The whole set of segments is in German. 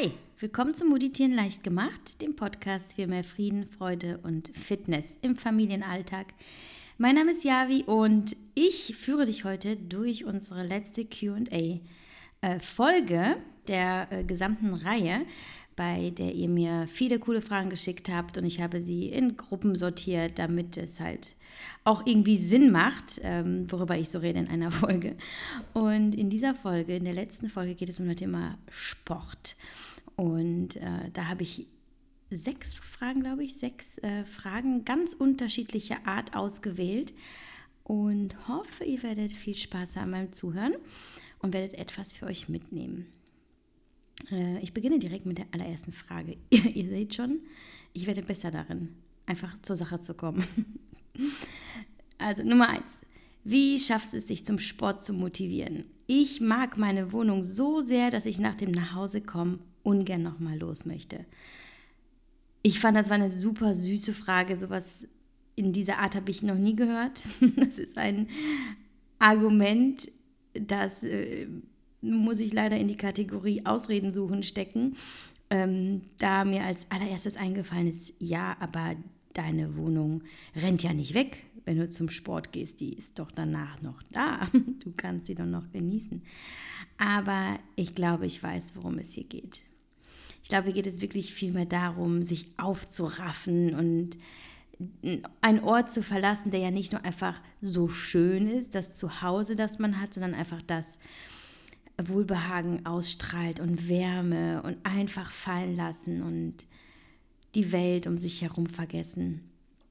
Hi, willkommen zum Meditieren leicht gemacht, dem Podcast für mehr Frieden, Freude und Fitness im Familienalltag. Mein Name ist Javi und ich führe dich heute durch unsere letzte Q&A-Folge der gesamten Reihe, bei der ihr mir viele coole Fragen geschickt habt und ich habe sie in Gruppen sortiert, damit es halt auch irgendwie Sinn macht, worüber ich so rede in einer Folge. Und in dieser Folge, in der letzten Folge, geht es um das Thema Sport. Und da habe ich 6 Fragen ganz unterschiedlicher Art ausgewählt und hoffe, ihr werdet viel Spaß haben beim Zuhören und werdet etwas für euch mitnehmen. Ich beginne direkt mit der allerersten Frage. Ihr seht schon, ich werde besser darin, einfach zur Sache zu kommen. Also Nummer 1. Wie schaffst du es, dich zum Sport zu motivieren? Ich mag meine Wohnung so sehr, dass ich nach dem Nachhausekommen ungern nochmal los möchte. Ich fand, das war eine super süße Frage. Sowas in dieser Art habe ich noch nie gehört. Das ist ein Argument, das muss ich leider in die Kategorie Ausreden suchen stecken, da mir als allererstes eingefallen ist, ja, aber deine Wohnung rennt ja nicht weg, wenn du zum Sport gehst, die ist doch danach noch da, du kannst sie doch noch genießen. Aber ich glaube, ich weiß, worum es hier geht. Ich glaube, hier geht es wirklich vielmehr darum, sich aufzuraffen und einen Ort zu verlassen, der ja nicht nur einfach so schön ist, das Zuhause, das man hat, sondern einfach das Wohlbehagen ausstrahlt und Wärme und einfach fallen lassen und die Welt um sich herum vergessen.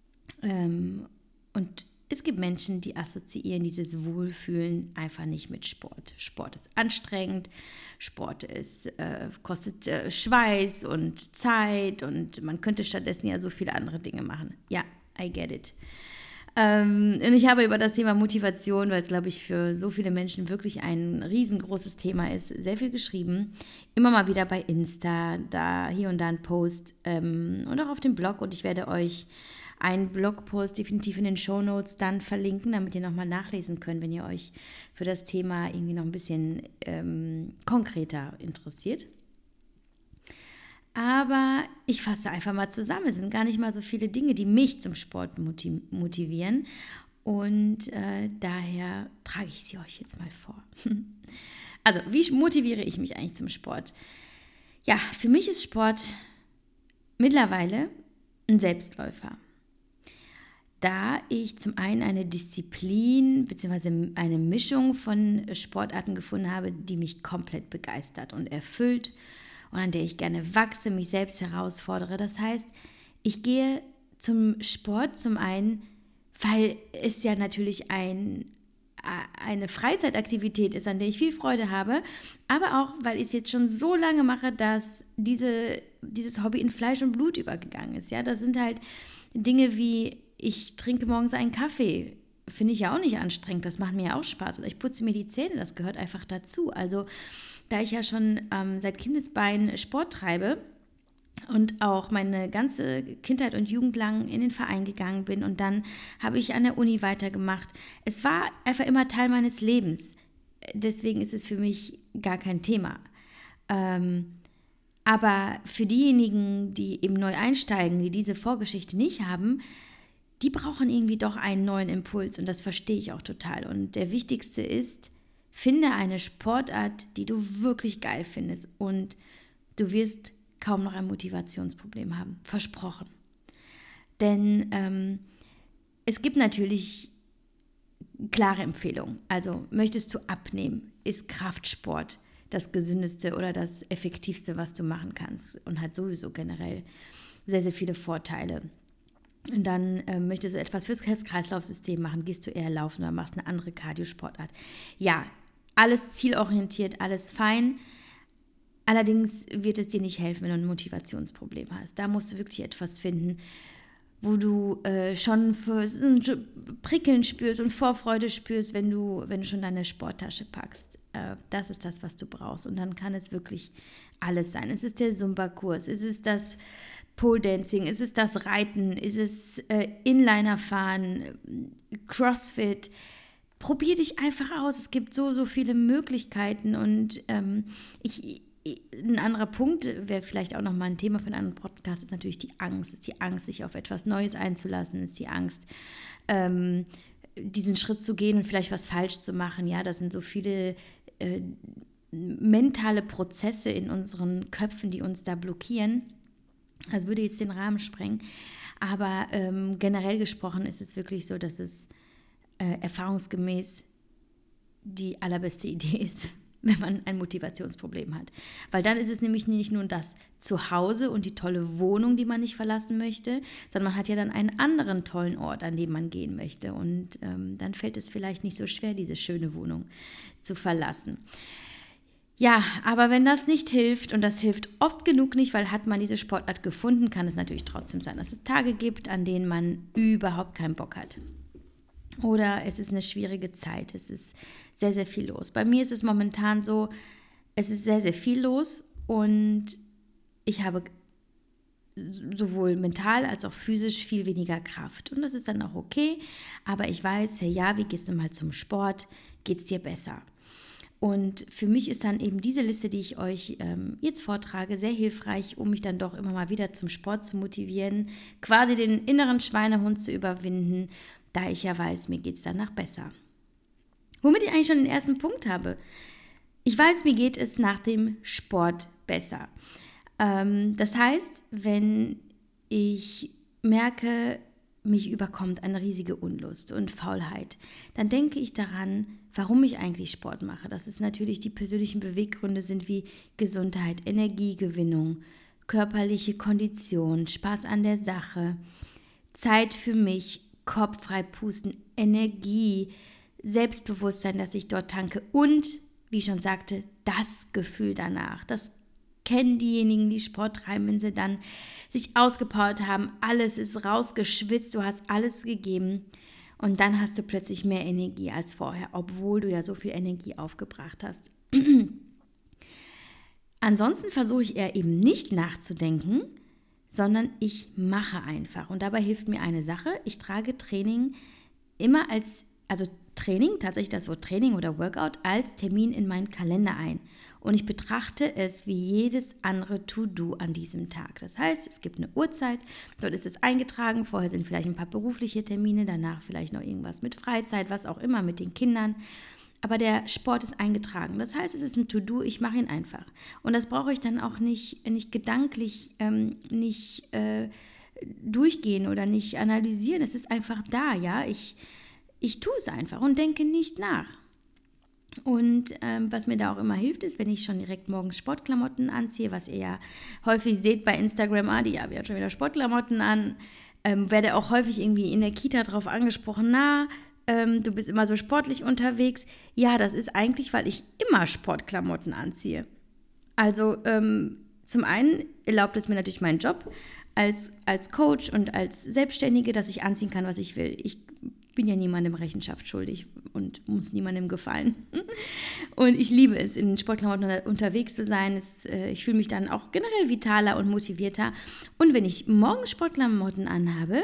Und es gibt Menschen, die assoziieren dieses Wohlfühlen einfach nicht mit Sport. Sport ist anstrengend, Sport kostet Schweiß und Zeit und man könnte stattdessen ja so viele andere Dinge machen. Ja, I get it. Und ich habe über das Thema Motivation, weil es, glaube ich, für so viele Menschen wirklich ein riesengroßes Thema ist, sehr viel geschrieben. Immer mal wieder bei Insta, da hier und da ein Post und auch auf dem Blog. Und ich werde euch einen Blogpost definitiv in den Shownotes dann verlinken, damit ihr nochmal nachlesen könnt, wenn ihr euch für das Thema irgendwie noch ein bisschen konkreter interessiert. Aber ich fasse einfach mal zusammen. Es sind gar nicht mal so viele Dinge, die mich zum Sport motivieren. Und daher trage ich sie euch jetzt mal vor. Also, wie motiviere ich mich eigentlich zum Sport? Ja, für mich ist Sport mittlerweile ein Selbstläufer. Da ich zum einen eine Disziplin bzw. eine Mischung von Sportarten gefunden habe, die mich komplett begeistert und erfüllt und an der ich gerne wachse, mich selbst herausfordere. Das heißt, ich gehe zum Sport zum einen, weil es ja natürlich eine Freizeitaktivität ist, an der ich viel Freude habe, aber auch, weil ich es jetzt schon so lange mache, dass dieses Hobby in Fleisch und Blut übergegangen ist. Ja, das sind halt Dinge wie, ich trinke morgens einen Kaffee, finde ich ja auch nicht anstrengend, das macht mir ja auch Spaß. Oder ich putze mir die Zähne, das gehört einfach dazu. Also da ich ja schon seit Kindesbeinen Sport treibe und auch meine ganze Kindheit und Jugend lang in den Verein gegangen bin und dann habe ich an der Uni weitergemacht. Es war einfach immer Teil meines Lebens. Deswegen ist es für mich gar kein Thema. Aber für diejenigen, die eben neu einsteigen, die diese Vorgeschichte nicht haben, die brauchen irgendwie doch einen neuen Impuls und das verstehe ich auch total. Und der wichtigste ist, finde eine Sportart, die du wirklich geil findest und du wirst kaum noch ein Motivationsproblem haben. Versprochen. Denn es gibt natürlich klare Empfehlungen. Also möchtest du abnehmen, ist Kraftsport das Gesündeste oder das Effektivste, was du machen kannst und hat sowieso generell sehr, sehr viele Vorteile. Und dann möchtest du etwas fürs Herz-Kreislauf-System machen, gehst du eher laufen oder machst eine andere Kardiosportart. Ja, alles zielorientiert, alles fein. Allerdings wird es dir nicht helfen, wenn du ein Motivationsproblem hast. Da musst du wirklich etwas finden, wo du schon für Prickeln spürst und Vorfreude spürst, wenn du schon deine Sporttasche packst. Das ist das, was du brauchst. Und dann kann es wirklich alles sein. Es ist der Zumba-Kurs, es ist das Pole Dancing, ist es das Reiten, ist es Inliner fahren, Crossfit. Probier dich einfach aus. Es gibt so viele Möglichkeiten und ich ein anderer Punkt, wäre vielleicht auch nochmal ein Thema für einen anderen Podcast, ist natürlich die Angst. Ist die Angst, sich auf etwas Neues einzulassen, ist die Angst, diesen Schritt zu gehen und vielleicht was falsch zu machen. Ja, das sind so viele mentale Prozesse in unseren Köpfen, die uns da blockieren. Das würde jetzt den Rahmen sprengen. Aber generell gesprochen ist es wirklich so, dass es erfahrungsgemäß die allerbeste Idee ist, wenn man ein Motivationsproblem hat. Weil dann ist es nämlich nicht nur das Zuhause und die tolle Wohnung, die man nicht verlassen möchte, sondern man hat ja dann einen anderen tollen Ort, an dem man gehen möchte. Und dann fällt es vielleicht nicht so schwer, diese schöne Wohnung zu verlassen. Ja, aber wenn das nicht hilft, und das hilft oft genug nicht, weil hat man diese Sportart gefunden, kann es natürlich trotzdem sein, dass es Tage gibt, an denen man überhaupt keinen Bock hat. Oder es ist eine schwierige Zeit, es ist sehr, sehr viel los. Bei mir ist es momentan so, es ist sehr, sehr viel los und ich habe sowohl mental als auch physisch viel weniger Kraft. Und das ist dann auch okay, aber ich weiß, hey, ja, wie gehst du mal zum Sport, geht es dir besser? Und für mich ist dann eben diese Liste, die ich euch jetzt vortrage, sehr hilfreich, um mich dann doch immer mal wieder zum Sport zu motivieren, quasi den inneren Schweinehund zu überwinden, da ich ja weiß, mir geht es danach besser. Womit ich eigentlich schon den ersten Punkt habe. Ich weiß, mir geht es nach dem Sport besser. Das heißt, wenn ich merke, mich überkommt eine riesige Unlust und Faulheit, dann denke ich daran, warum ich eigentlich Sport mache. Dass es natürlich die persönlichen Beweggründe sind wie Gesundheit, Energiegewinnung, körperliche Kondition, Spaß an der Sache, Zeit für mich, Kopf frei pusten, Energie, Selbstbewusstsein, das ich dort tanke und, wie ich schon sagte, das Gefühl danach. Das kennen diejenigen, die Sport treiben, wenn sie dann sich ausgepowert haben, alles ist rausgeschwitzt, du hast alles gegeben und dann hast du plötzlich mehr Energie als vorher, obwohl du ja so viel Energie aufgebracht hast. Ansonsten versuche ich eher eben nicht nachzudenken, sondern ich mache einfach. Und dabei hilft mir eine Sache, ich trage Training immer Training, tatsächlich das Wort Training oder Workout, als Termin in meinen Kalender ein. Und ich betrachte es wie jedes andere To-Do an diesem Tag. Das heißt, es gibt eine Uhrzeit, dort ist es eingetragen, vorher sind vielleicht ein paar berufliche Termine, danach vielleicht noch irgendwas mit Freizeit, was auch immer, mit den Kindern. Aber der Sport ist eingetragen. Das heißt, es ist ein To-Do, ich mache ihn einfach. Und das brauche ich dann auch nicht gedanklich durchgehen oder nicht analysieren. Es ist einfach da, ja. Ich tue es einfach und denke nicht nach. Und was mir da auch immer hilft, ist, wenn ich schon direkt morgens Sportklamotten anziehe, was ihr ja häufig seht bei Instagram, die hat schon wieder Sportklamotten an, werde auch häufig irgendwie in der Kita drauf angesprochen, du bist immer so sportlich unterwegs. Ja, das ist eigentlich, weil ich immer Sportklamotten anziehe. Also zum einen erlaubt es mir natürlich meinen Job als Coach und als Selbstständige, dass ich anziehen kann, was ich will. Ich bin ja niemandem Rechenschaft schuldig und muss niemandem gefallen. Und ich liebe es, in Sportklamotten unterwegs zu sein. Ich fühle mich dann auch generell vitaler und motivierter. Und wenn ich morgens Sportklamotten anhabe,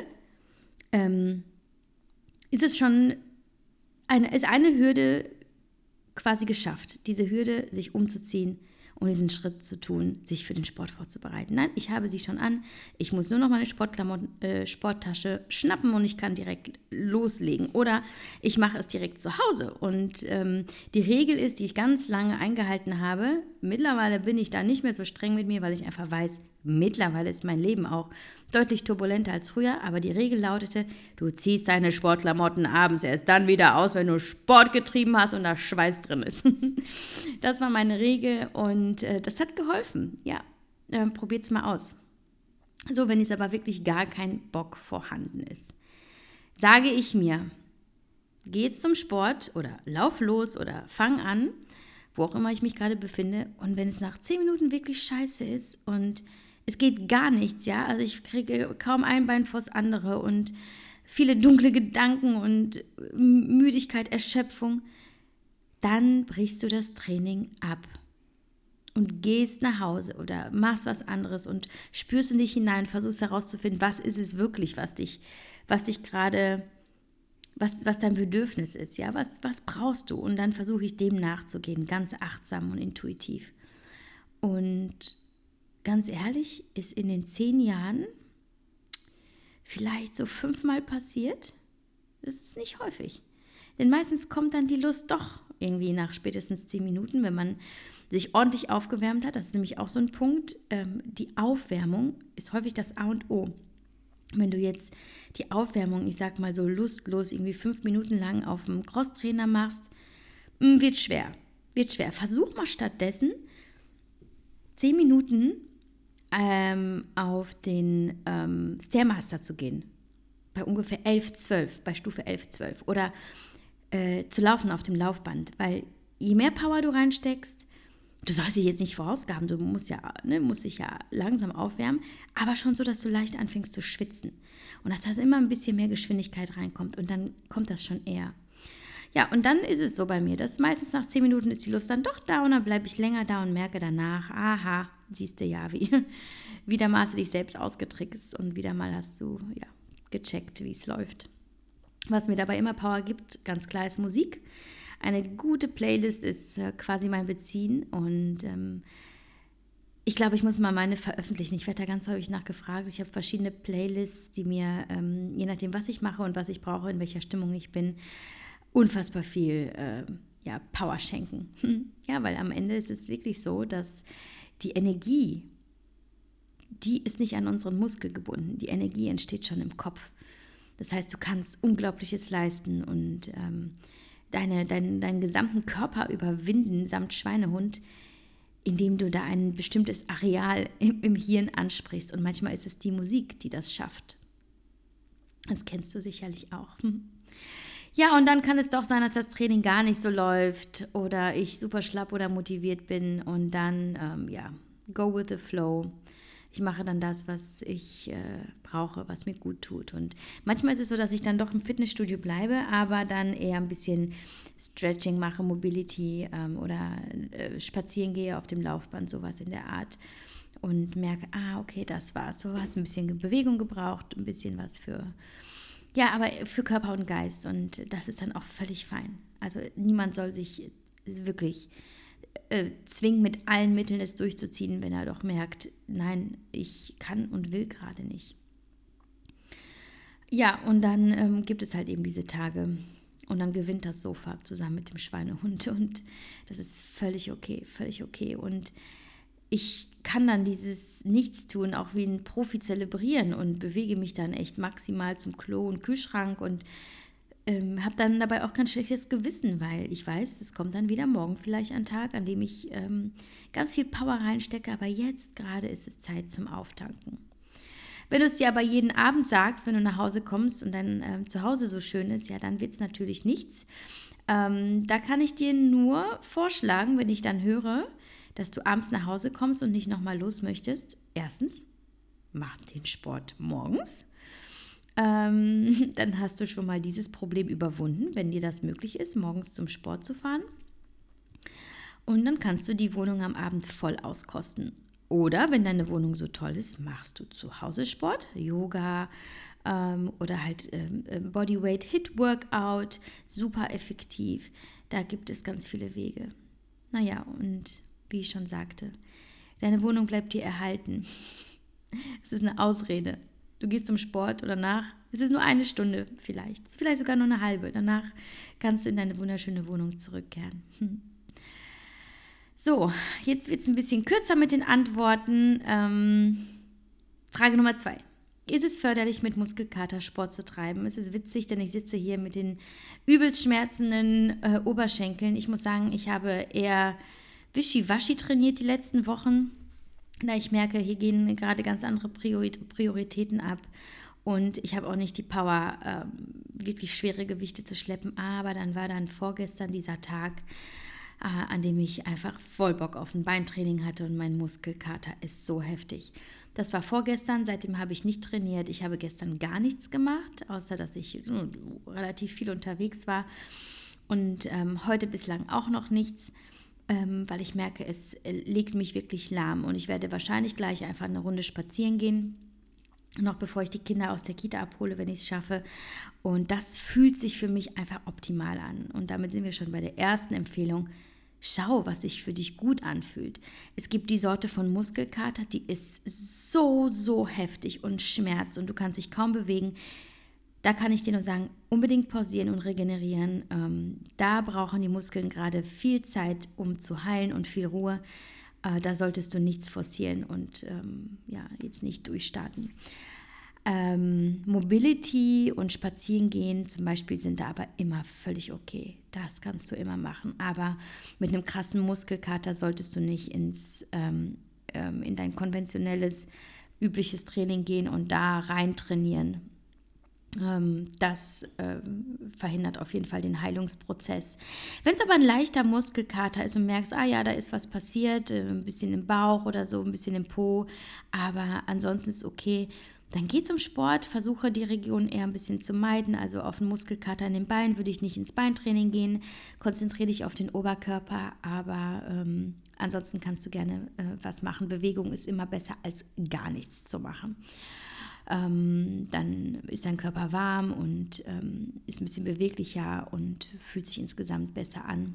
ist eine Hürde quasi geschafft. Diese Hürde, sich umzuziehen und diesen Schritt zu tun, sich für den Sport vorzubereiten. Nein, ich habe sie schon an. Ich muss nur noch meine Sporttasche schnappen und ich kann direkt loslegen. Oder ich mache es direkt zu Hause. Und die Regel ist, die ich ganz lange eingehalten habe, mittlerweile bin ich da nicht mehr so streng mit mir, weil ich einfach weiß, mittlerweile ist mein Leben auch deutlich turbulenter als früher, aber die Regel lautete, du ziehst deine Sportklamotten abends erst dann wieder aus, wenn du Sport getrieben hast und da Schweiß drin ist. Das war meine Regel und das hat geholfen. Ja, probiert's mal aus. So, wenn jetzt aber wirklich gar kein Bock vorhanden ist, sage ich mir, geh jetzt zum Sport oder lauf los oder fang an, wo auch immer ich mich gerade befinde, und wenn es nach 10 Minuten wirklich scheiße ist und es geht gar nichts, ja, also ich kriege kaum ein Bein vors andere und viele dunkle Gedanken und Müdigkeit, Erschöpfung, dann brichst du das Training ab und gehst nach Hause oder machst was anderes und spürst in dich hinein, versuchst herauszufinden, was ist es wirklich, was dich gerade, was dein Bedürfnis ist, ja, was brauchst du? Und dann versuche ich dem nachzugehen, ganz achtsam und intuitiv. Und ganz ehrlich, ist in den 10 Jahren vielleicht so 5-mal passiert. Das ist nicht häufig. Denn meistens kommt dann die Lust doch irgendwie nach spätestens 10 Minuten, wenn man sich ordentlich aufgewärmt hat. Das ist nämlich auch so ein Punkt. Die Aufwärmung ist häufig das A und O. Wenn du jetzt die Aufwärmung, ich sag mal so lustlos, irgendwie 5 Minuten lang auf dem Crosstrainer machst, wird schwer. Versuch mal stattdessen 10 Minuten auf den Stairmaster zu gehen. Bei ungefähr 11, 12, bei Stufe 11, 12. Oder zu laufen auf dem Laufband. Weil je mehr Power du reinsteckst, du sollst dich jetzt nicht vorausgaben, du musst dich ja langsam aufwärmen, aber schon so, dass du leicht anfängst zu schwitzen. Und dass da immer ein bisschen mehr Geschwindigkeit reinkommt und dann kommt das schon eher. Ja, und dann ist es so bei mir, dass meistens nach 10 Minuten ist die Lust dann doch da und dann bleibe ich länger da und merke danach, aha, siehst du ja, wie wieder mal hast du dich selbst ausgetrickst und wieder mal hast du gecheckt, wie es läuft. Was mir dabei immer Power gibt, ganz klar, ist Musik. Eine gute Playlist ist quasi mein Beziehen und ich glaube, ich muss mal meine veröffentlichen. Ich werde da ganz häufig nachgefragt. Ich habe verschiedene Playlists, die mir, je nachdem, was ich mache und was ich brauche, in welcher Stimmung ich bin, unfassbar viel Power schenken. Ja, weil am Ende ist es wirklich so, dass die Energie, die ist nicht an unseren Muskel gebunden. Die Energie entsteht schon im Kopf. Das heißt, du kannst Unglaubliches leisten und deinen gesamten Körper überwinden, samt Schweinehund, indem du da ein bestimmtes Areal im Hirn ansprichst. Und manchmal ist es die Musik, die das schafft. Das kennst du sicherlich auch. Ja, und dann kann es doch sein, dass das Training gar nicht so läuft oder ich super schlapp oder motiviert bin und dann, go with the flow. Ich mache dann das, was ich brauche, was mir gut tut. Und manchmal ist es so, dass ich dann doch im Fitnessstudio bleibe, aber dann eher ein bisschen Stretching mache, Mobility oder spazieren gehe auf dem Laufband, sowas in der Art. Und merke, okay, das war's. Du hast ein bisschen Bewegung gebraucht, ein bisschen was für Körper und Geist. Und das ist dann auch völlig fein. Also niemand soll sich wirklich zwingen, mit allen Mitteln es durchzuziehen, wenn er doch merkt, nein, ich kann und will gerade nicht. Ja, und dann gibt es halt eben diese Tage und dann gewinnt das Sofa zusammen mit dem Schweinehund und das ist völlig okay. Und ich kann dann dieses Nichtstun auch wie ein Profi zelebrieren und bewege mich dann echt maximal zum Klo und Kühlschrank und habe dann dabei auch kein schlechtes Gewissen, weil ich weiß, es kommt dann wieder morgen vielleicht ein Tag, an dem ich ganz viel Power reinstecke, aber jetzt gerade ist es Zeit zum Auftanken. Wenn du es dir aber jeden Abend sagst, wenn du nach Hause kommst und dein Zuhause so schön ist, ja, dann wird es natürlich nichts. Da kann ich dir nur vorschlagen, wenn ich dann höre, dass du abends nach Hause kommst und nicht nochmal los möchtest. Erstens, mach den Sport morgens. Dann hast du schon mal dieses Problem überwunden, wenn dir das möglich ist, morgens zum Sport zu fahren. Und dann kannst du die Wohnung am Abend voll auskosten. Oder wenn deine Wohnung so toll ist, machst du zu Hause Sport, Yoga oder halt Bodyweight Hit Workout, super effektiv. Da gibt es ganz viele Wege. Naja, und wie ich schon sagte, deine Wohnung bleibt dir erhalten. Es ist eine Ausrede. Du gehst zum Sport oder es ist nur 1 Stunde vielleicht, es ist vielleicht sogar nur eine halbe. Danach kannst du in deine wunderschöne Wohnung zurückkehren. So, jetzt wird es ein bisschen kürzer mit den Antworten. Frage Nummer 2. Ist es förderlich, mit Muskelkater Sport zu treiben? Es ist witzig, denn ich sitze hier mit den übelst schmerzenden Oberschenkeln. Ich muss sagen, ich habe eher wischiwaschi trainiert die letzten Wochen, da ich merke, hier gehen gerade ganz andere Prioritäten ab und ich habe auch nicht die Power, wirklich schwere Gewichte zu schleppen, aber dann war vorgestern dieser Tag, an dem ich einfach voll Bock auf ein Beintraining hatte und mein Muskelkater ist so heftig. Das war vorgestern, seitdem habe ich nicht trainiert. Ich habe gestern gar nichts gemacht, außer dass ich relativ viel unterwegs war und heute bislang auch noch nichts. Weil ich merke, es legt mich wirklich lahm und ich werde wahrscheinlich gleich einfach eine Runde spazieren gehen, noch bevor ich die Kinder aus der Kita abhole, wenn ich es schaffe. Und das fühlt sich für mich einfach optimal an. Und damit sind wir schon bei der ersten Empfehlung. Schau, was sich für dich gut anfühlt. Es gibt die Sorte von Muskelkater, die ist so, so heftig und schmerzt und du kannst dich kaum bewegen. Da kann ich dir nur sagen, unbedingt pausieren und regenerieren. Da brauchen die Muskeln gerade viel Zeit, um zu heilen und viel Ruhe. Da solltest du nichts forcieren und jetzt nicht durchstarten. Mobility und Spazierengehen zum Beispiel sind da aber immer völlig okay. Das kannst du immer machen. Aber mit einem krassen Muskelkater solltest du nicht in dein konventionelles, übliches Training gehen und da rein trainieren. Das verhindert auf jeden Fall den Heilungsprozess. Wenn es aber ein leichter Muskelkater ist und merkst, da ist was passiert, ein bisschen im Bauch oder so, ein bisschen im Po, aber ansonsten ist es okay, dann geh zum Sport, versuche die Region eher ein bisschen zu meiden, also auf einen Muskelkater in den Beinen würde ich nicht ins Beintraining gehen, konzentriere dich auf den Oberkörper, aber ansonsten kannst du gerne was machen. Bewegung ist immer besser als gar nichts zu machen. Dann ist dein Körper warm und ist ein bisschen beweglicher und fühlt sich insgesamt besser an.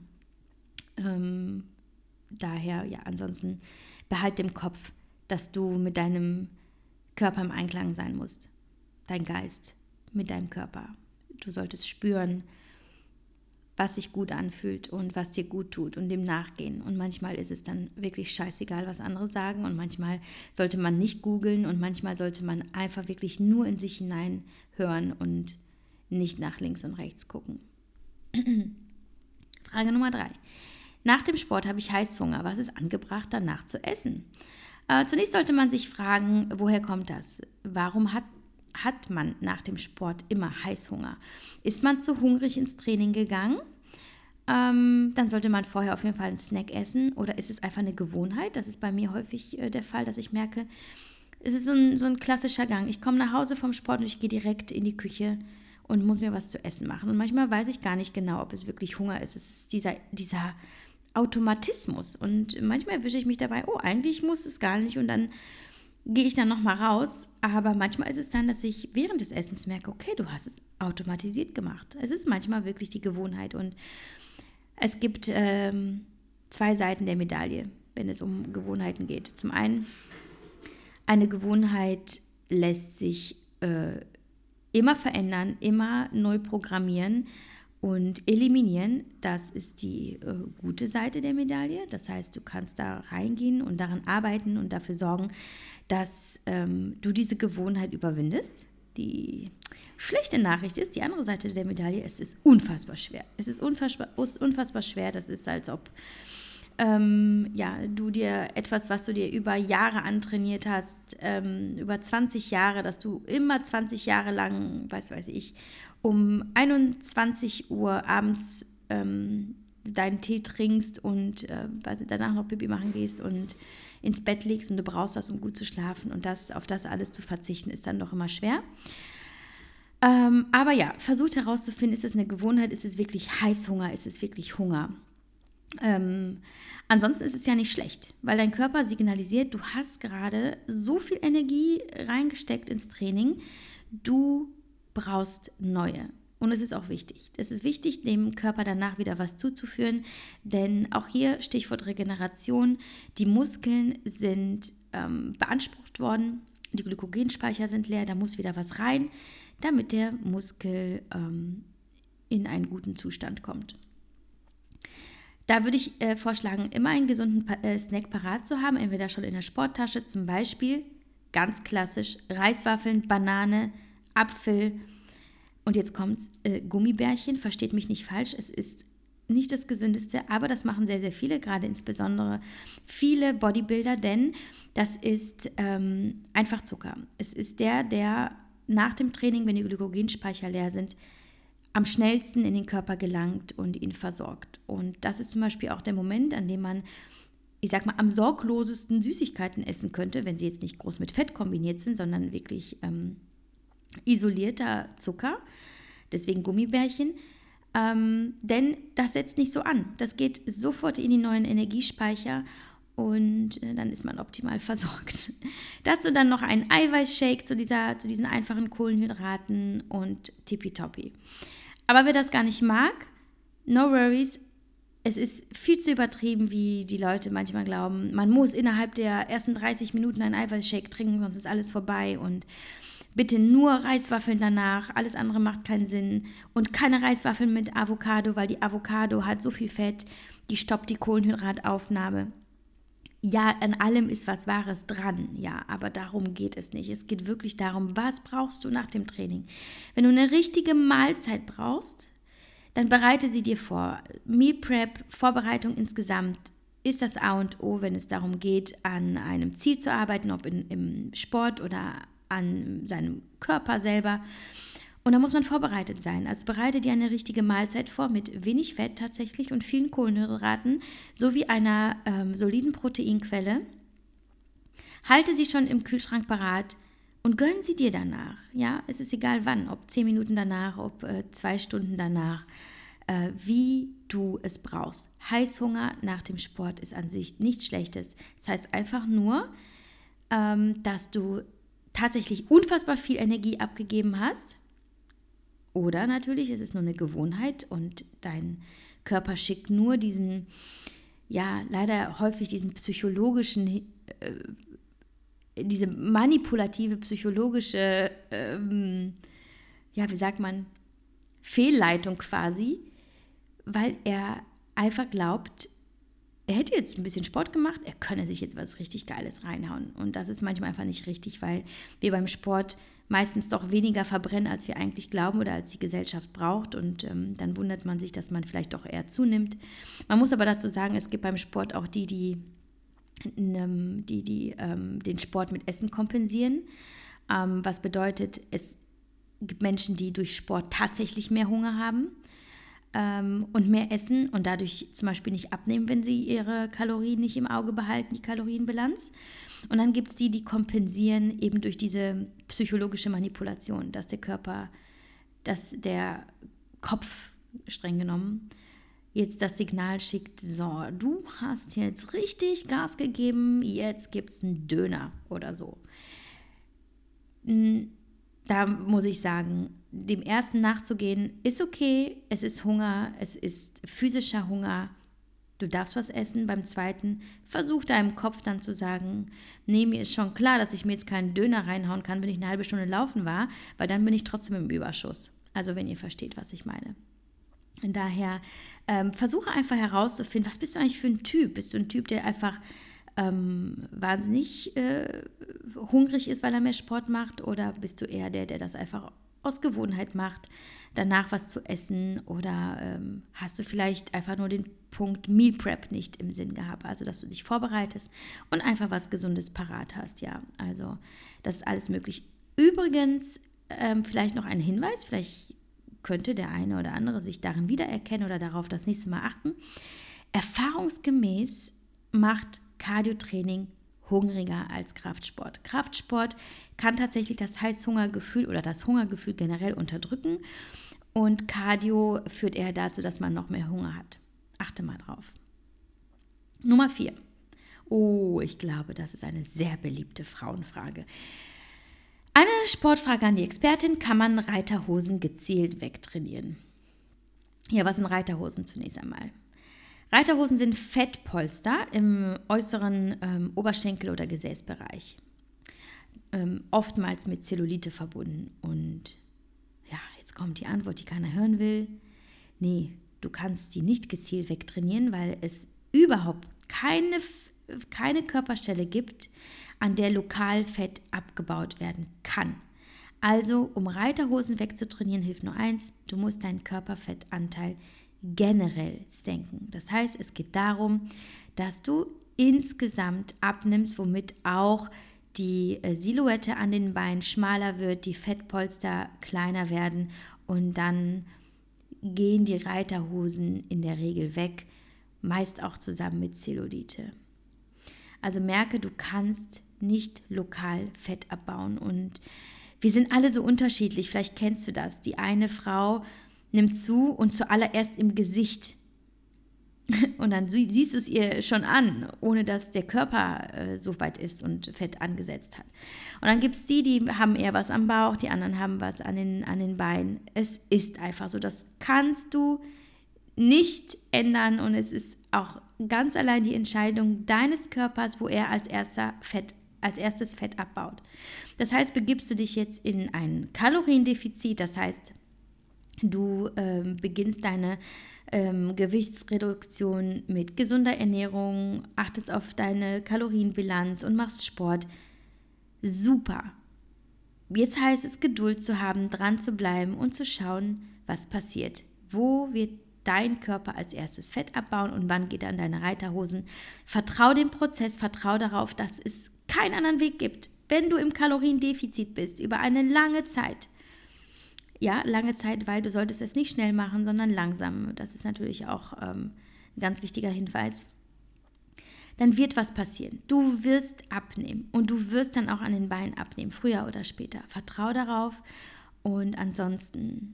Daher, ansonsten behalt im Kopf, dass du mit deinem Körper im Einklang sein musst. Dein Geist mit deinem Körper. Du solltest spüren, was sich gut anfühlt und was dir gut tut und dem nachgehen. Und manchmal ist es dann wirklich scheißegal, was andere sagen und manchmal sollte man nicht googeln und manchmal sollte man einfach wirklich nur in sich hinein hören und nicht nach links und rechts gucken. Frage Nummer 3. Nach dem Sport habe ich Heißhunger. Was ist angebracht, danach zu essen? Zunächst sollte man sich fragen, woher kommt das? Warum hat man nach dem Sport immer Heißhunger? Ist man zu hungrig ins Training gegangen? Dann sollte man vorher auf jeden Fall einen Snack essen. Oder ist es einfach eine Gewohnheit? Das ist bei mir häufig der Fall, dass ich merke, es ist so ein klassischer Gang. Ich komme nach Hause vom Sport und ich gehe direkt in die Küche und muss mir was zu essen machen. Und manchmal weiß ich gar nicht genau, ob es wirklich Hunger ist. Es ist dieser Automatismus. Und manchmal erwische ich mich dabei, eigentlich muss es gar nicht. Und dann gehe ich dann nochmal raus. Aber manchmal ist es dann, dass ich während des Essens merke, okay, du hast es automatisiert gemacht. Es ist manchmal wirklich die Gewohnheit. Und es gibt 2 Seiten der Medaille, wenn es um Gewohnheiten geht. Zum einen, eine Gewohnheit lässt sich immer verändern, immer neu programmieren und eliminieren. Das ist die gute Seite der Medaille. Das heißt, du kannst da reingehen und daran arbeiten und dafür sorgen, dass du diese Gewohnheit überwindest. Die schlechte Nachricht ist, die andere Seite der Medaille, es ist unfassbar schwer. Es ist unfassbar schwer. Das ist, als ob du dir etwas, was du dir über Jahre antrainiert hast, über 20 Jahre, dass du immer 20 Jahre lang, weiß ich, um 21 Uhr abends deinen Tee trinkst und danach noch Pipi machen gehst und ins Bett legst und du brauchst das, um gut zu schlafen und auf das alles zu verzichten, ist dann doch immer schwer. Aber versucht herauszufinden, ist es eine Gewohnheit, ist es wirklich Heißhunger, ist es wirklich Hunger? Ansonsten ist es ja nicht schlecht, weil dein Körper signalisiert, du hast gerade so viel Energie reingesteckt ins Training, du brauchst neue. Und es ist auch wichtig. Es ist wichtig, dem Körper danach wieder was zuzuführen, denn auch hier Stichwort Regeneration, die Muskeln sind beansprucht worden, die Glykogenspeicher sind leer, da muss wieder was rein, damit der Muskel in einen guten Zustand kommt. Da würde ich vorschlagen, immer einen gesunden Snack parat zu haben, entweder schon in der Sporttasche, zum Beispiel ganz klassisch Reiswaffeln, Banane, Apfel und jetzt kommt's, Gummibärchen, versteht mich nicht falsch, es ist nicht das Gesündeste, aber das machen sehr, sehr viele, gerade insbesondere viele Bodybuilder, denn das ist einfach Zucker. Es ist der nach dem Training, wenn die Glykogenspeicher leer sind, am schnellsten in den Körper gelangt und ihn versorgt. Und das ist zum Beispiel auch der Moment, an dem man, am sorglosesten Süßigkeiten essen könnte, wenn sie jetzt nicht groß mit Fett kombiniert sind, sondern wirklich isolierter Zucker, deswegen Gummibärchen. Denn das setzt nicht so an. Das geht sofort in die neuen Energiespeicher und dann ist man optimal versorgt. Dazu dann noch ein Eiweißshake zu diesen einfachen Kohlenhydraten und tippitoppi. Aber wer das gar nicht mag, no worries, es ist viel zu übertrieben, wie die Leute manchmal glauben. Man muss innerhalb der ersten 30 Minuten einen Eiweißshake trinken, sonst ist alles vorbei. Und bitte nur Reiswaffeln danach. Alles andere macht keinen Sinn. Und keine Reiswaffeln mit Avocado, weil die Avocado hat so viel Fett, die stoppt die Kohlenhydrataufnahme. Ja, an allem ist was Wahres dran, ja, aber darum geht es nicht. Es geht wirklich darum, was brauchst du nach dem Training. Wenn du eine richtige Mahlzeit brauchst, dann bereite sie dir vor. Meal Prep, Vorbereitung insgesamt ist das A und O, wenn es darum geht, an einem Ziel zu arbeiten, ob im Sport oder an seinem Körper selber. Und da muss man vorbereitet sein. Also bereite dir eine richtige Mahlzeit vor mit wenig Fett tatsächlich und vielen Kohlenhydraten sowie einer soliden Proteinquelle. Halte sie schon im Kühlschrank parat und gönn sie dir danach. Ja, es ist egal wann, ob 10 Minuten danach, ob 2 Stunden danach, wie du es brauchst. Heißhunger nach dem Sport ist an sich nichts Schlechtes. Das heißt einfach nur, dass du tatsächlich unfassbar viel Energie abgegeben hast. Oder natürlich, es ist nur eine Gewohnheit und dein Körper schickt nur diesen, ja, leider häufig diesen psychologischen, diese manipulative psychologische, ja, wie sagt man, Fehlleitung quasi, weil er einfach glaubt, er hätte jetzt ein bisschen Sport gemacht, er könne sich jetzt was richtig Geiles reinhauen. Und das ist manchmal einfach nicht richtig, weil wir beim Sport meistens doch weniger verbrennen, als wir eigentlich glauben oder als die Gesellschaft braucht. Und dann wundert man sich, dass man vielleicht doch eher zunimmt. Man muss aber dazu sagen, es gibt beim Sport auch die den Sport mit Essen kompensieren. Was bedeutet, es gibt Menschen, die durch Sport tatsächlich mehr Hunger haben und mehr essen und dadurch zum Beispiel nicht abnehmen, wenn sie ihre Kalorien nicht im Auge behalten, die Kalorienbilanz. Und dann gibt es die kompensieren eben durch diese psychologische Manipulation, dass der Kopf, streng genommen, jetzt das Signal schickt, so, du hast jetzt richtig Gas gegeben, jetzt gibt es einen Döner oder so. Da muss ich sagen, dem ersten nachzugehen, ist okay, es ist Hunger, es ist physischer Hunger, du darfst was essen. Beim zweiten, versuch deinem Kopf dann zu sagen, nee, mir ist schon klar, dass ich mir jetzt keinen Döner reinhauen kann, wenn ich eine halbe Stunde laufen war, weil dann bin ich trotzdem im Überschuss. Also wenn ihr versteht, was ich meine. Und daher versuche einfach herauszufinden, was bist du eigentlich für ein Typ? Bist du ein Typ, der einfach wahnsinnig hungrig ist, weil er mehr Sport macht? Oder bist du eher der das einfach aus Gewohnheit macht, danach was zu essen? Oder hast du vielleicht einfach nur den Punkt Meal Prep nicht im Sinn gehabt? Also, dass du dich vorbereitest und einfach was Gesundes parat hast. Ja, also das ist alles möglich. Übrigens, vielleicht noch ein Hinweis, vielleicht könnte der eine oder andere sich darin wiedererkennen oder darauf das nächste Mal achten. Erfahrungsgemäß macht Cardio-Training hungriger als Kraftsport. Kraftsport kann tatsächlich das Heißhungergefühl oder das Hungergefühl generell unterdrücken und Cardio führt eher dazu, dass man noch mehr Hunger hat. Achte mal drauf. Nummer 4. Oh, ich glaube, das ist eine sehr beliebte Frauenfrage. Eine Sportfrage an die Expertin: Kann man Reiterhosen gezielt wegtrainieren? Ja, was sind Reiterhosen zunächst einmal? Reiterhosen sind Fettpolster im äußeren Oberschenkel- oder Gesäßbereich. Oftmals mit Zellulite verbunden. Und ja, jetzt kommt die Antwort, die keiner hören will. Nee, du kannst sie nicht gezielt wegtrainieren, weil es überhaupt keine Körperstelle gibt, an der lokal Fett abgebaut werden kann. Also, um Reiterhosen wegzutrainieren, hilft nur eins: Du musst deinen Körperfettanteil generell senken. Das heißt, es geht darum, dass du insgesamt abnimmst, womit auch die Silhouette an den Beinen schmaler wird, die Fettpolster kleiner werden und dann gehen die Reiterhosen in der Regel weg, meist auch zusammen mit Zellulite. Also merke, du kannst nicht lokal Fett abbauen und wir sind alle so unterschiedlich, vielleicht kennst du das. Die eine Frau nimmt zu und zuallererst im Gesicht und dann siehst du es ihr schon an, ohne dass der Körper so weit ist und Fett angesetzt hat. Und dann gibt es die haben eher was am Bauch, die anderen haben was an den Beinen. Es ist einfach so, das kannst du nicht ändern und es ist auch ganz allein die Entscheidung deines Körpers, wo er als erstes Fett abbaut. Das heißt, begibst du dich jetzt in ein Kaloriendefizit, das heißt, du beginnst deine Gewichtsreduktion mit gesunder Ernährung, achtest auf deine Kalorienbilanz und machst Sport. Super. Jetzt heißt es, Geduld zu haben, dran zu bleiben und zu schauen, was passiert. Wo wird dein Körper als erstes Fett abbauen und wann geht er an deine Reiterhosen? Vertrau dem Prozess, vertrau darauf, dass es keinen anderen Weg gibt. Wenn du im Kaloriendefizit bist, über eine lange Zeit, ja, lange Zeit, weil du solltest es nicht schnell machen, sondern langsam. Das ist natürlich auch ein ganz wichtiger Hinweis. Dann wird was passieren. Du wirst abnehmen und du wirst dann auch an den Beinen abnehmen, früher oder später. Vertrau darauf und ansonsten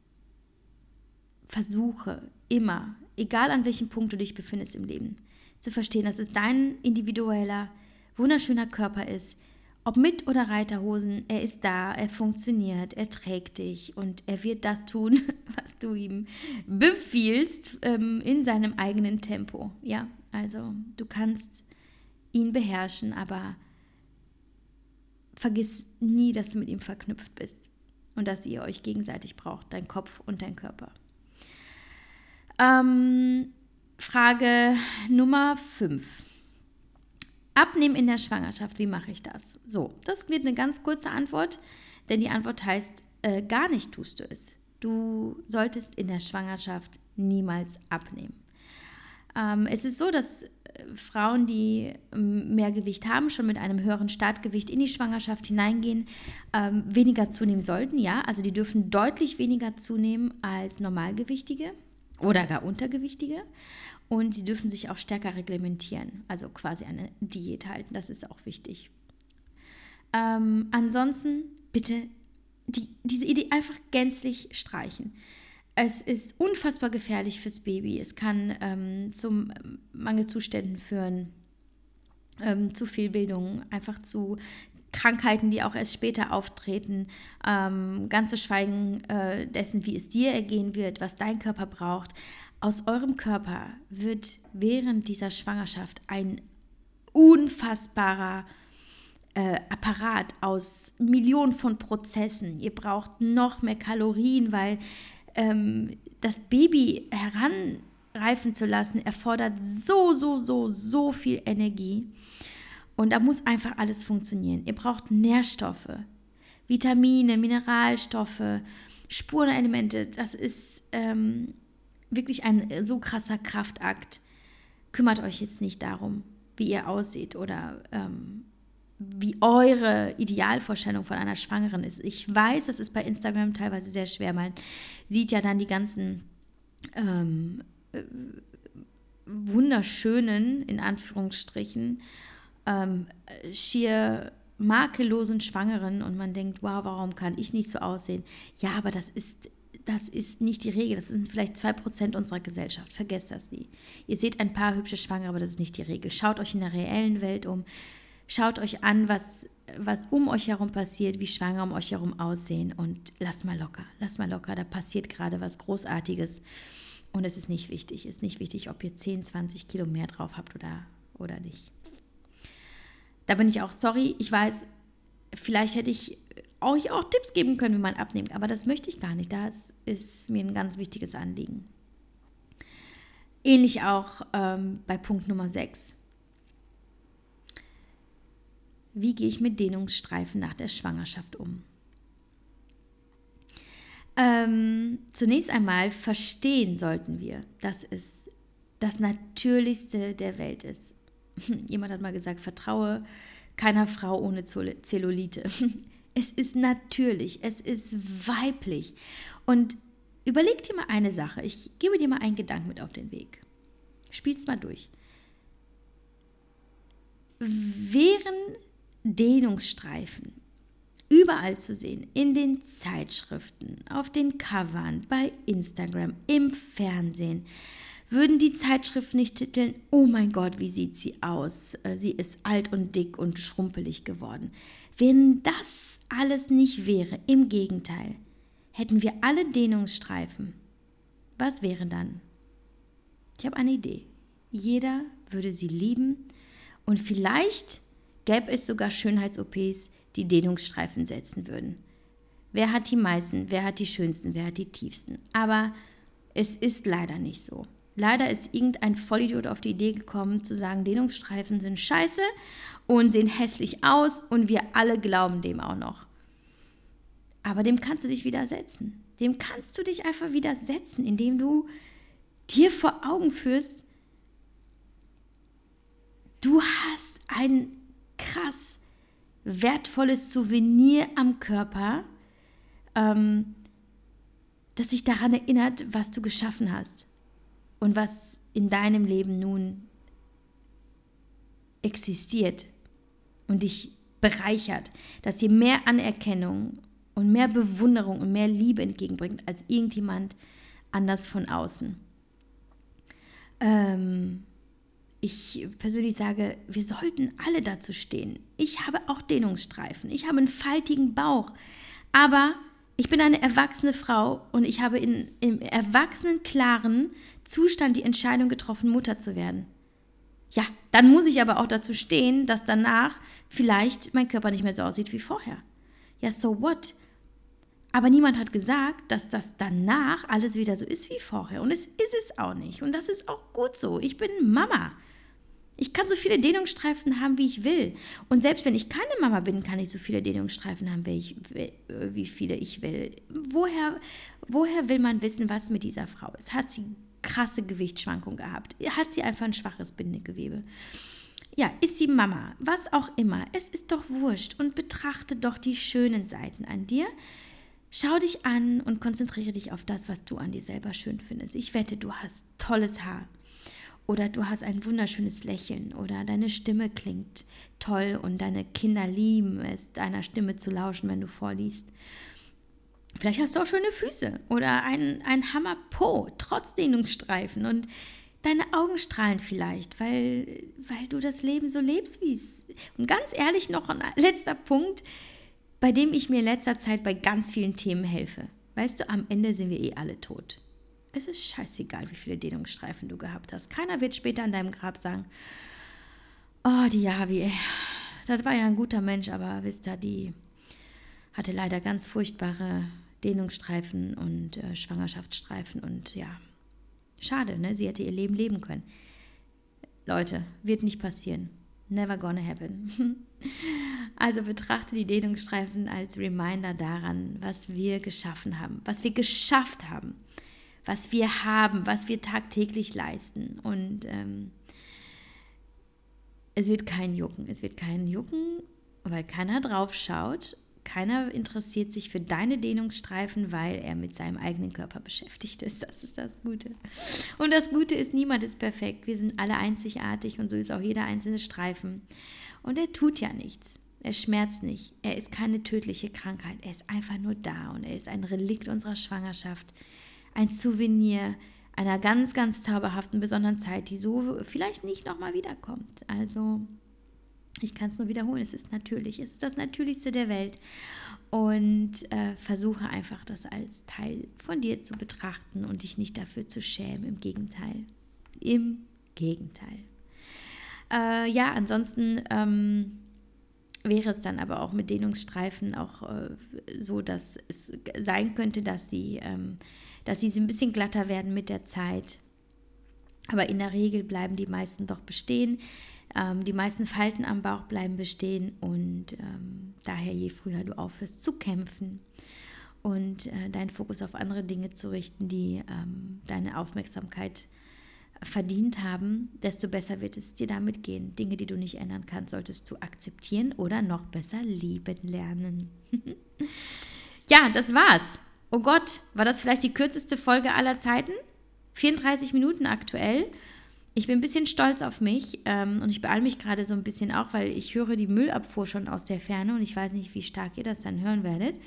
versuche immer, egal an welchem Punkt du dich befindest im Leben, zu verstehen, dass es dein individueller, wunderschöner Körper ist. Ob mit oder Reiterhosen, er ist da, er funktioniert, er trägt dich und er wird das tun, was du ihm befiehlst, in seinem eigenen Tempo. Ja, also du kannst ihn beherrschen, aber vergiss nie, dass du mit ihm verknüpft bist und dass ihr euch gegenseitig braucht, dein Kopf und dein Körper. Frage Nummer 5. Abnehmen in der Schwangerschaft, wie mache ich das? So, das wird eine ganz kurze Antwort, denn die Antwort heißt, gar nicht tust du es. Du solltest in der Schwangerschaft niemals abnehmen. Es ist so, dass Frauen, die mehr Gewicht haben, schon mit einem höheren Startgewicht in die Schwangerschaft hineingehen, weniger zunehmen sollten. Ja, also die dürfen deutlich weniger zunehmen als Normalgewichtige oder gar Untergewichtige. Und sie dürfen sich auch stärker reglementieren, also quasi eine Diät halten, das ist auch wichtig. Ansonsten bitte diese Idee einfach gänzlich streichen. Es ist unfassbar gefährlich fürs Baby, es kann zu Mangelzuständen führen, zu Fehlbildungen, einfach zu Krankheiten, die auch erst später auftreten, ganz zu schweigen dessen, wie es dir ergehen wird, was dein Körper braucht. Aus eurem Körper wird während dieser Schwangerschaft ein unfassbarer Apparat aus Millionen von Prozessen. Ihr braucht noch mehr Kalorien, weil das Baby heranreifen zu lassen, erfordert so viel Energie. Und da muss einfach alles funktionieren. Ihr braucht Nährstoffe, Vitamine, Mineralstoffe, Spurenelemente. Das ist wirklich ein so krasser Kraftakt. Kümmert euch jetzt nicht darum, wie ihr aussieht oder wie eure Idealvorstellung von einer Schwangeren ist. Ich weiß, das ist bei Instagram teilweise sehr schwer. Man sieht ja dann die ganzen wunderschönen, in Anführungsstrichen, schier makellosen Schwangeren und man denkt, wow, warum kann ich nicht so aussehen? Ja, aber das ist nicht die Regel. Das sind vielleicht 2% unserer Gesellschaft. Vergesst das nie. Ihr seht ein paar hübsche Schwangere, aber das ist nicht die Regel. Schaut euch in der reellen Welt um. Schaut euch an, was um euch herum passiert, wie Schwangere um euch herum aussehen und lasst mal locker. Lasst mal locker. Da passiert gerade was Großartiges und es ist nicht wichtig. Es ist nicht wichtig, ob ihr 10, 20 Kilo mehr drauf habt oder nicht. Da bin ich auch sorry. Ich weiß, vielleicht hätte ich euch auch Tipps geben können, wie man abnimmt. Aber das möchte ich gar nicht. Das ist mir ein ganz wichtiges Anliegen. Ähnlich auch bei Punkt Nummer 6. Wie gehe ich mit Dehnungsstreifen nach der Schwangerschaft um? Zunächst einmal verstehen sollten wir, dass es das Natürlichste der Welt ist. Jemand hat mal gesagt, vertraue keiner Frau ohne Zellulite. Es ist natürlich, es ist weiblich. Und überleg dir mal eine Sache. Ich gebe dir mal einen Gedanken mit auf den Weg. Spiel's mal durch. Wären Dehnungsstreifen überall zu sehen, in den Zeitschriften, auf den Covern, bei Instagram, im Fernsehen, würden die Zeitschriften nicht titeln, oh mein Gott, wie sieht sie aus? Sie ist alt und dick und schrumpelig geworden. Wenn das alles nicht wäre, im Gegenteil, hätten wir alle Dehnungsstreifen. Was wäre dann? Ich habe eine Idee. Jeder würde sie lieben und vielleicht gäbe es sogar Schönheits-OPs, die Dehnungsstreifen setzen würden. Wer hat die meisten, wer hat die schönsten, wer hat die tiefsten? Aber es ist leider nicht so. Leider ist irgendein Vollidiot auf die Idee gekommen, zu sagen, Dehnungsstreifen sind scheiße und sehen hässlich aus und wir alle glauben dem auch noch. Aber dem kannst du dich widersetzen. Dem kannst du dich einfach widersetzen, indem du dir vor Augen führst, du hast ein krass wertvolles Souvenir am Körper, das dich daran erinnert, was du geschaffen hast und was in deinem Leben nun existiert und dich bereichert, das dir mehr Anerkennung und mehr Bewunderung und mehr Liebe entgegenbringt als irgendjemand anders von außen. Ich persönlich sage, wir sollten alle dazu stehen. Ich habe auch Dehnungsstreifen, ich habe einen faltigen Bauch, aber ich bin eine erwachsene Frau und ich habe im erwachsenen, klaren Zustand die Entscheidung getroffen, Mutter zu werden. Ja, dann muss ich aber auch dazu stehen, dass danach vielleicht mein Körper nicht mehr so aussieht wie vorher. Ja, so what? Aber niemand hat gesagt, dass das danach alles wieder so ist wie vorher. Und es ist es auch nicht. Und das ist auch gut so. Ich bin Mama. Ich kann so viele Dehnungsstreifen haben, wie ich will. Und selbst wenn ich keine Mama bin, kann ich so viele Dehnungsstreifen haben, wie viele ich will. Woher will man wissen, was mit dieser Frau ist? Hat sie krasse Gewichtsschwankungen gehabt? Hat sie einfach ein schwaches Bindegewebe? Ja, ist sie Mama? Was auch immer. Es ist doch wurscht. Und betrachte doch die schönen Seiten an dir. Schau dich an und konzentriere dich auf das, was du an dir selber schön findest. Ich wette, du hast tolles Haar oder du hast ein wunderschönes Lächeln oder deine Stimme klingt toll und deine Kinder lieben es, deiner Stimme zu lauschen, wenn du vorliest. Vielleicht hast du auch schöne Füße oder ein Hammer-Po, trotz Dehnungsstreifen und deine Augen strahlen vielleicht, weil du das Leben so lebst, wie es. Und ganz ehrlich, noch ein letzter Punkt, bei dem ich mir in letzter Zeit bei ganz vielen Themen helfe. Weißt du, am Ende sind wir alle tot. Es ist scheißegal, wie viele Dehnungsstreifen du gehabt hast. Keiner wird später an deinem Grab sagen, oh, die Javi, das war ja ein guter Mensch, aber wisst ihr, die hatte leider ganz furchtbare Dehnungsstreifen und Schwangerschaftsstreifen und ja, schade, ne? Sie hätte ihr Leben leben können. Leute, wird nicht passieren. Never gonna happen. Also betrachte die Dehnungsstreifen als Reminder daran, was wir geschaffen haben, was wir geschafft haben, was wir tagtäglich leisten. Und es wird keinen jucken. Es wird keinen jucken, weil keiner drauf schaut. Keiner interessiert sich für deine Dehnungsstreifen, weil er mit seinem eigenen Körper beschäftigt ist. Das ist das Gute. Und das Gute ist, niemand ist perfekt. Wir sind alle einzigartig und so ist auch jeder einzelne Streifen. Und er tut ja nichts. Er schmerzt nicht. Er ist keine tödliche Krankheit. Er ist einfach nur da und er ist ein Relikt unserer Schwangerschaft. Ein Souvenir einer ganz, ganz zauberhaften, besonderen Zeit, die so vielleicht nicht nochmal wiederkommt. Also ich kann es nur wiederholen, es ist natürlich, es ist das Natürlichste der Welt und versuche einfach, das als Teil von dir zu betrachten und dich nicht dafür zu schämen, im Gegenteil. Im Gegenteil. Ja, ansonsten wäre es dann aber auch mit Dehnungsstreifen auch so, dass es sein könnte, dass sie ein bisschen glatter werden mit der Zeit. Aber in der Regel bleiben die meisten doch bestehen. Die meisten Falten am Bauch bleiben bestehen und daher, je früher du aufhörst zu kämpfen und deinen Fokus auf andere Dinge zu richten, die deine Aufmerksamkeit verdient haben, desto besser wird es dir damit gehen. Dinge, die du nicht ändern kannst, solltest du akzeptieren oder noch besser lieben lernen. Ja, das war's. Oh Gott, war das vielleicht die kürzeste Folge aller Zeiten? 34 Minuten aktuell. Ich bin ein bisschen stolz auf mich und ich beeile mich gerade so ein bisschen auch, weil ich höre die Müllabfuhr schon aus der Ferne und ich weiß nicht, wie stark ihr das dann hören werdet.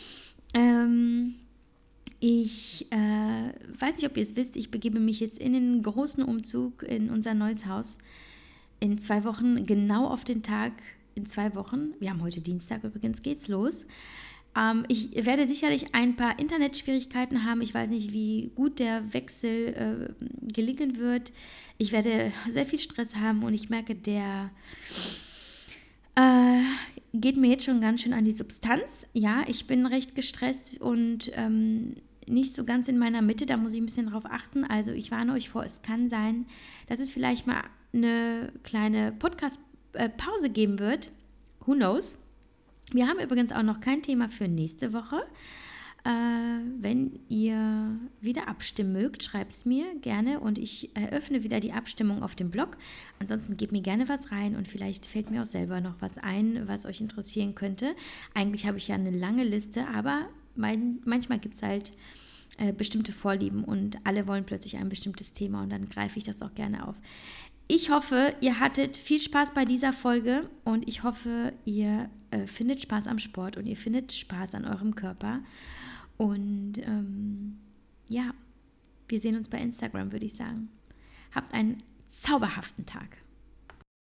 Ich weiß nicht, ob ihr es wisst, ich begebe mich jetzt in den großen Umzug in unser neues Haus. In 2 Wochen, genau auf den Tag, in 2 Wochen, wir haben heute Dienstag übrigens, geht's los. Ich werde sicherlich ein paar Internetschwierigkeiten haben. Ich weiß nicht, wie gut der Wechsel gelingen wird. Ich werde sehr viel Stress haben und ich merke, der geht mir jetzt schon ganz schön an die Substanz. Ja, ich bin recht gestresst und nicht so ganz in meiner Mitte. Da muss ich ein bisschen drauf achten. Also ich warne euch vor, es kann sein, dass es vielleicht mal eine kleine Podcast-Pause geben wird. Who knows? Wir haben übrigens auch noch kein Thema für nächste Woche. Wenn ihr wieder abstimmen mögt, schreibt es mir gerne und ich eröffne wieder die Abstimmung auf dem Blog. Ansonsten gebt mir gerne was rein und vielleicht fällt mir auch selber noch was ein, was euch interessieren könnte. Eigentlich habe ich ja eine lange Liste, aber manchmal gibt es halt bestimmte Vorlieben und alle wollen plötzlich ein bestimmtes Thema und dann greife ich das auch gerne auf. Ich hoffe, ihr hattet viel Spaß bei dieser Folge und ich hoffe, ihr findet Spaß am Sport und ihr findet Spaß an eurem Körper. Und ja, wir sehen uns bei Instagram, würde ich sagen. Habt einen zauberhaften Tag.